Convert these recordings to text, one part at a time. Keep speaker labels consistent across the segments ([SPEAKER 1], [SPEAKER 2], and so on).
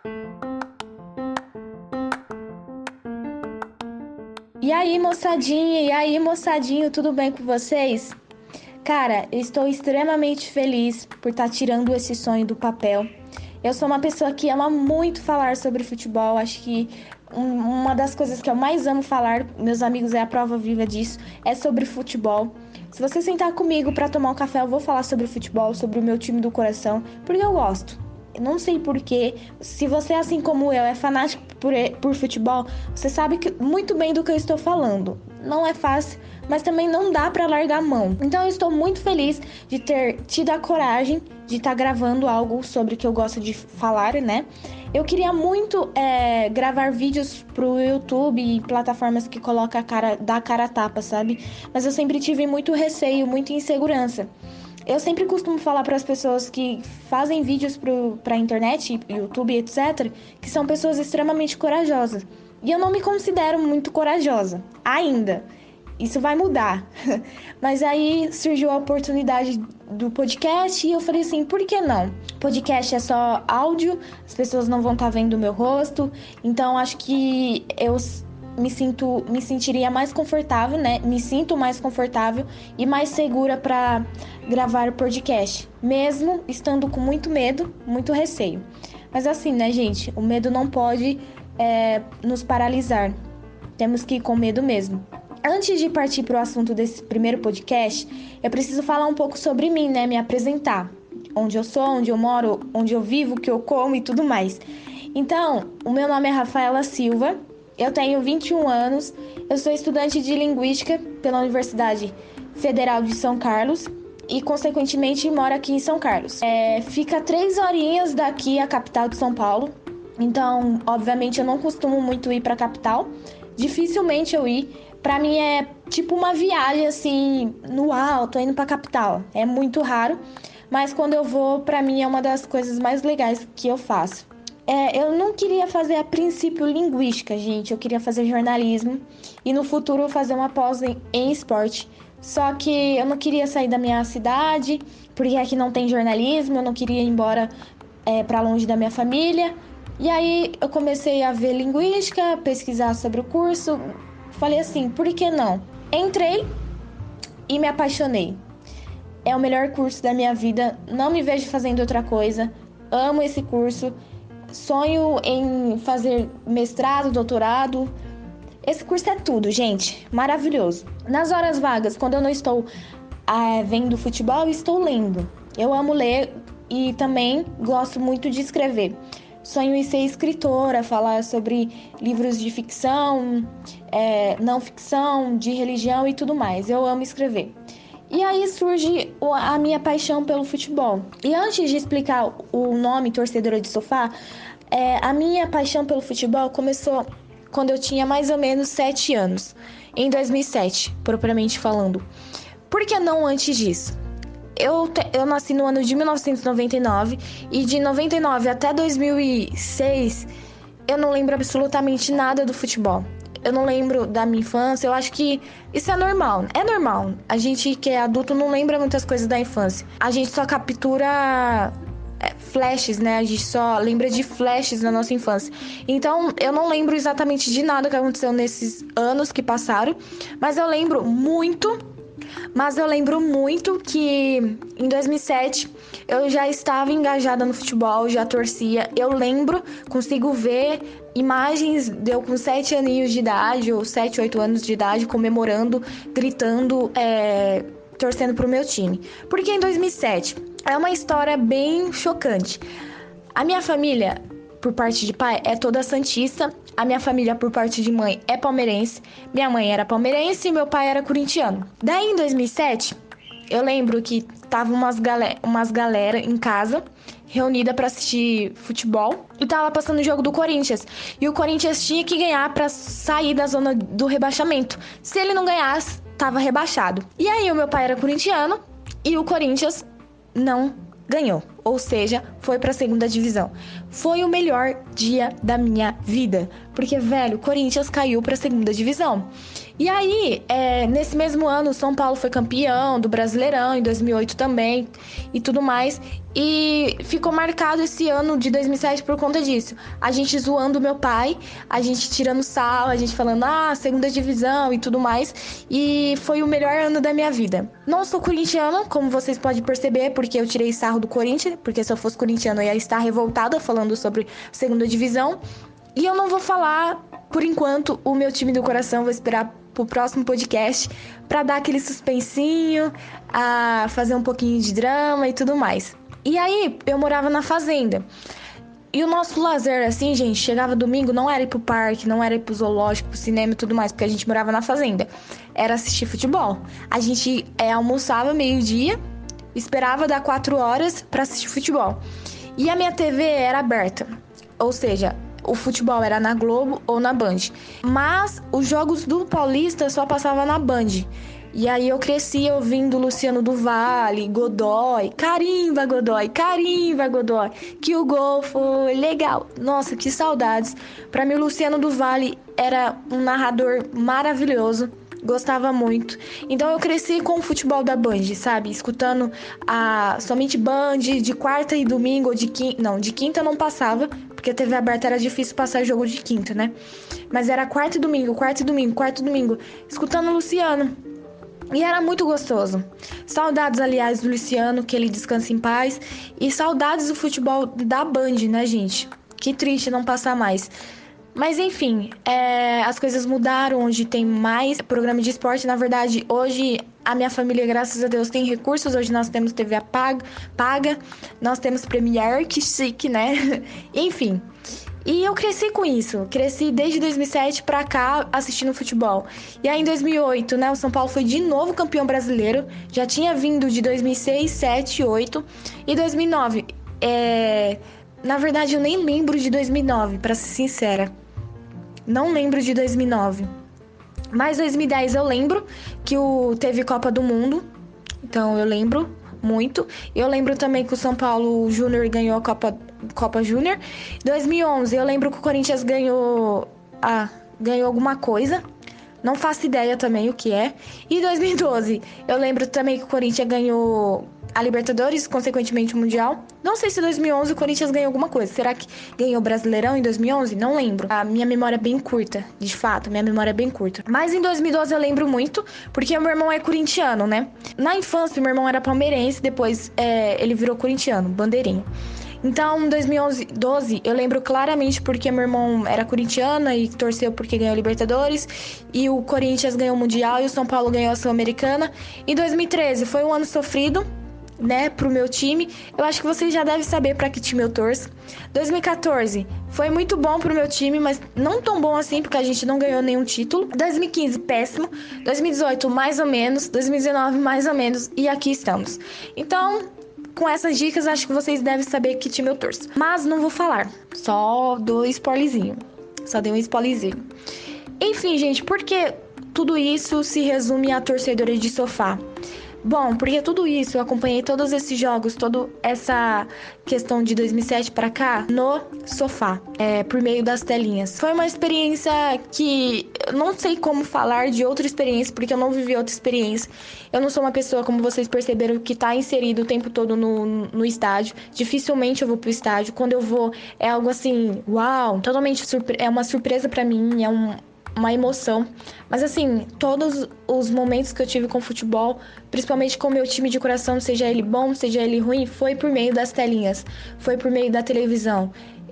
[SPEAKER 1] E aí, moçadinho, tudo bem com vocês? Cara, eu estou extremamente feliz por estar tirando esse sonho do papel. Eu sou uma pessoa que ama muito falar sobre futebol, acho que uma das coisas que eu mais amo falar, meus amigos, é a prova viva disso, é sobre futebol. Se você sentar comigo para tomar um café, eu vou falar sobre futebol, sobre o meu time do coração, porque eu gosto. Eu não sei porquê. Se você, assim como eu, é fanático por futebol, você sabe muito bem do que eu estou falando. Não é fácil, mas também não dá pra largar a mão. Então eu estou muito feliz de ter tido a coragem de estar gravando algo sobre o que eu gosto de falar, né? Eu queria muito gravar vídeos pro YouTube e plataformas que colocam dá cara a tapa, sabe? Mas eu sempre tive muito receio, muita insegurança. Eu sempre costumo falar para as pessoas que fazem vídeos pra internet, YouTube, etc., que são pessoas extremamente corajosas. E eu não me considero muito corajosa, ainda. Isso vai mudar. Mas aí surgiu a oportunidade do podcast e eu falei assim, por que não? Podcast é só áudio, as pessoas não vão estar vendo o meu rosto, então acho que eu me sentiria mais confortável, né? Me sinto mais confortável e mais segura para gravar o podcast, mesmo estando com muito medo, muito receio. Mas assim, né, gente? O medo não pode nos paralisar. Temos que ir com medo mesmo. Antes de partir para o assunto desse primeiro podcast, eu preciso falar um pouco sobre mim, né? Me apresentar. Onde eu sou, onde eu moro, onde eu vivo, o que eu como e tudo mais. Então, o meu nome é Rafaela Silva. Eu tenho 21 anos, eu sou estudante de Linguística pela Universidade Federal de São Carlos e, consequentemente, moro aqui em São Carlos. Fica 3 horinhas daqui a capital de São Paulo, então, obviamente, eu não costumo muito ir para a capital, dificilmente eu ir. Para mim é tipo uma viagem, assim, no alto, indo para a capital, é muito raro, mas quando eu vou, para mim é uma das coisas mais legais que eu faço. Eu não queria fazer a princípio linguística, gente. Eu queria fazer jornalismo e no futuro fazer uma pós em esporte. Só que eu não queria sair da minha cidade, porque aqui não tem jornalismo. Eu não queria ir embora para longe da minha família. E aí eu comecei a ver linguística, pesquisar sobre o curso. Falei assim, por que não? Entrei e me apaixonei. É o melhor curso da minha vida. Não me vejo fazendo outra coisa. Amo esse curso. Sonho em fazer mestrado, doutorado. Esse curso é tudo, gente. Maravilhoso. Nas horas vagas, quando eu não estou vendo futebol, eu estou lendo. Eu amo ler e também gosto muito de escrever. Sonho em ser escritora, falar sobre livros de ficção, não ficção, de religião e tudo mais. Eu amo escrever. E aí surge a minha paixão pelo futebol. E antes de explicar o nome Torcedora de Sofá, a minha paixão pelo futebol começou quando eu tinha mais ou menos 7 anos, em 2007, propriamente falando. Por que não antes disso? Eu nasci no ano de 1999 e de 99 até 2006 eu não lembro absolutamente nada do futebol. Eu não lembro da minha infância, eu acho que isso é normal. É normal. A gente que é adulto não lembra muitas coisas da infância. A gente só captura flashes, né? A gente só lembra de flashes na nossa infância. Então, eu não lembro exatamente de nada que aconteceu nesses anos que passaram, mas eu lembro muito que em 2007 eu já estava engajada no futebol, já torcia. Eu lembro, consigo ver imagens de eu com 7 aninhos de idade, ou 7, 8 anos de idade, comemorando, gritando, torcendo pro meu time. Porque em 2007 é uma história bem chocante. A minha família, por parte de pai, é toda santista. A minha família, por parte de mãe, é palmeirense. Minha mãe era palmeirense e meu pai era corintiano. Daí, em 2007, eu lembro que tava umas galera em casa, reunida pra assistir futebol. E tava passando o jogo do Corinthians. E o Corinthians tinha que ganhar pra sair da zona do rebaixamento. Se ele não ganhasse, tava rebaixado. E aí, o meu pai era corintiano e o Corinthians não ganhou, ou seja, foi pra segunda divisão. Foi o melhor dia da minha vida, porque, velho, o Corinthians caiu pra segunda divisão. E aí, nesse mesmo ano, o São Paulo foi campeão do Brasileirão, em 2008 também, e tudo mais. E ficou marcado esse ano de 2007 por conta disso. A gente zoando meu pai, a gente tirando sarro, a gente falando, segunda divisão e tudo mais. E foi o melhor ano da minha vida. Não sou corintiana, como vocês podem perceber, porque eu tirei sarro do Corinthians, porque se eu fosse corintiana eu ia estar revoltada falando sobre segunda divisão. E eu não vou falar, por enquanto, o meu time do coração, vou esperar pro próximo podcast para dar aquele suspensinho, a fazer um pouquinho de drama e tudo mais. E aí, eu morava na fazenda. E o nosso lazer, assim, gente, chegava domingo, não era ir pro parque, não era ir pro zoológico, pro cinema e tudo mais, porque a gente morava na fazenda. Era assistir futebol. A gente almoçava meio-dia, esperava dar 4 horas para assistir futebol. E a minha TV era aberta, ou seja, o futebol era na Globo ou na Band. Mas os jogos do Paulista só passavam na Band. E aí eu cresci ouvindo Luciano do Vale, Godoy, carimba Godoy, que o gol foi legal. Nossa, que saudades. Pra mim o Luciano do Vale era um narrador maravilhoso. Gostava muito. Então eu cresci com o futebol da Band, sabe? Escutando somente Band de quarta e domingo, ou de quinta. Não, de quinta não passava, porque a TV aberta era difícil passar jogo de quinta, né? Mas era quarta e domingo, escutando o Luciano. E era muito gostoso. Saudades, aliás, do Luciano, que ele descanse em paz. E saudades do futebol da Band, né, gente? Que triste não passar mais. Mas enfim, as coisas mudaram, hoje tem mais programa de esporte. Na verdade, hoje a minha família, graças a Deus, tem recursos. Hoje nós temos TV paga, nós temos Premiere, que chique, né? Enfim, e eu cresci com isso. Cresci desde 2007 pra cá assistindo futebol. E aí em 2008, né, o São Paulo foi de novo campeão brasileiro. Já tinha vindo de 2006, 2007, 2008 e 2009. Na verdade, eu nem lembro de 2009, pra ser sincera. Não lembro de 2009. Mas 2010 eu lembro que teve Copa do Mundo. Então eu lembro muito. Eu lembro também que o São Paulo Júnior ganhou a Copa Júnior. 2011 eu lembro que o Corinthians ganhou alguma coisa. Não faço ideia também o que é. E 2012 eu lembro também que o Corinthians ganhou a Libertadores, consequentemente o Mundial. Não sei se em 2011 o Corinthians ganhou alguma coisa. Será que ganhou o Brasileirão em 2011? Não lembro. A minha memória é bem curta, de fato, minha memória é bem curta. Mas em 2012 eu lembro muito, porque o meu irmão é corintiano, né? Na infância, meu irmão era palmeirense, depois ele virou corintiano, bandeirinha. Então, em 2012, eu lembro claramente porque meu irmão era corintiano e torceu porque ganhou a Libertadores, e o Corinthians ganhou o Mundial e o São Paulo ganhou a Sul-Americana. Em 2013 foi um ano sofrido, né, pro meu time. Eu acho que vocês já devem saber para que time eu torço. 2014 foi muito bom pro meu time, mas não tão bom assim, porque a gente não ganhou nenhum título. 2015, péssimo. 2018, mais ou menos. 2019, mais ou menos. E aqui estamos. Então, com essas dicas, acho que vocês devem saber que time eu torço. Mas não vou falar. Só dou spoilerzinho. Só dei um spoilerzinho. Enfim, gente, por que tudo isso se resume a torcedores de sofá? Bom, porque tudo isso, eu acompanhei todos esses jogos, toda essa questão de 2007 pra cá, no sofá, por meio das telinhas. Foi uma experiência que eu não sei como falar de outra experiência, porque eu não vivi outra experiência. Eu não sou uma pessoa, como vocês perceberam, que tá inserido o tempo todo no estádio. Dificilmente eu vou pro estádio. Quando eu vou, é algo assim, uau, totalmente é uma surpresa pra mim, uma emoção. Mas assim, todos os momentos que eu tive com o futebol, principalmente com o meu time de coração, seja ele bom, seja ele ruim, foi por meio das telinhas, foi por meio da televisão.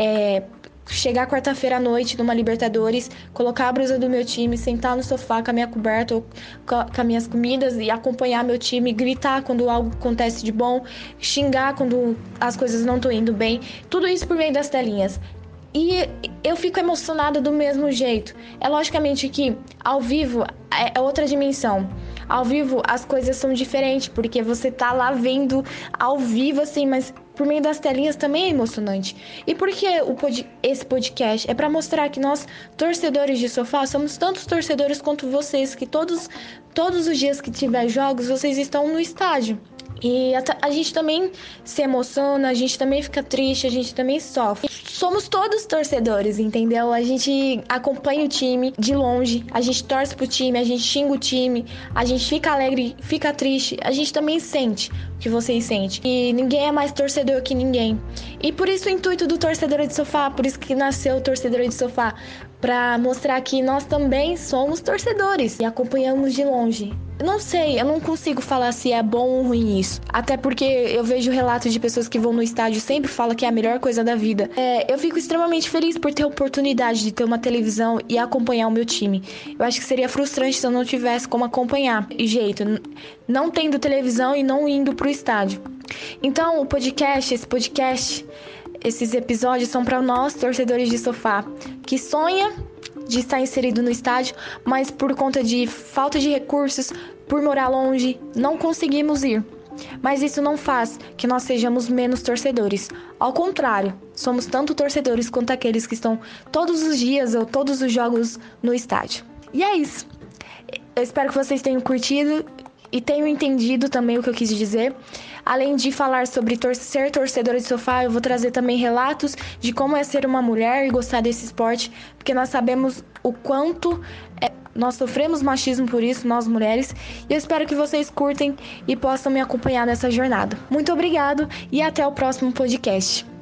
[SPEAKER 1] Chegar quarta-feira à noite numa Libertadores, colocar a blusa do meu time, sentar no sofá com a minha coberta ou com as minhas comidas e acompanhar meu time, gritar quando algo acontece de bom, xingar quando as coisas não estão indo bem, tudo isso por meio das telinhas. E eu fico emocionada do mesmo jeito. É logicamente que ao vivo é outra dimensão. Ao vivo as coisas são diferentes, porque você tá lá vendo ao vivo assim, mas por meio das telinhas também é emocionante. E por que esse podcast? É para mostrar que nós, torcedores de sofá, somos tantos torcedores quanto vocês, que todos todos os dias que tiver jogos, vocês estão no estádio. E a gente também se emociona, a gente também fica triste, a gente também sofre. Somos todos torcedores, entendeu? A gente acompanha o time de longe, a gente torce pro time, a gente xinga o time, a gente fica alegre, fica triste, a gente também sente o que vocês sentem. E ninguém é mais torcedor que ninguém. E por isso o intuito do Torcedor de Sofá, por isso que nasceu o Torcedor de Sofá, para mostrar que nós também somos torcedores e acompanhamos de longe. Eu não sei, eu não consigo falar se é bom ou ruim isso. Até porque eu vejo relatos de pessoas que vão no estádio e sempre falam que é a melhor coisa da vida. Eu fico extremamente feliz por ter a oportunidade de ter uma televisão e acompanhar o meu time. Eu acho que seria frustrante se eu não tivesse como acompanhar. E jeito, não tendo televisão e não indo pro estádio. Então, esses episódios são para nós, torcedores de sofá, que sonha de estar inserido no estádio, mas por conta de falta de recursos, por morar longe, não conseguimos ir. Mas isso não faz que nós sejamos menos torcedores. Ao contrário, somos tanto torcedores quanto aqueles que estão todos os dias ou todos os jogos no estádio. E é isso. Eu espero que vocês tenham curtido e tenham entendido também o que eu quis dizer. Além de falar sobre ser torcedora de sofá, eu vou trazer também relatos de como é ser uma mulher e gostar desse esporte, porque nós sabemos o quanto nós sofremos machismo por isso, nós mulheres, e eu espero que vocês curtem e possam me acompanhar nessa jornada. Muito obrigado e até o próximo podcast.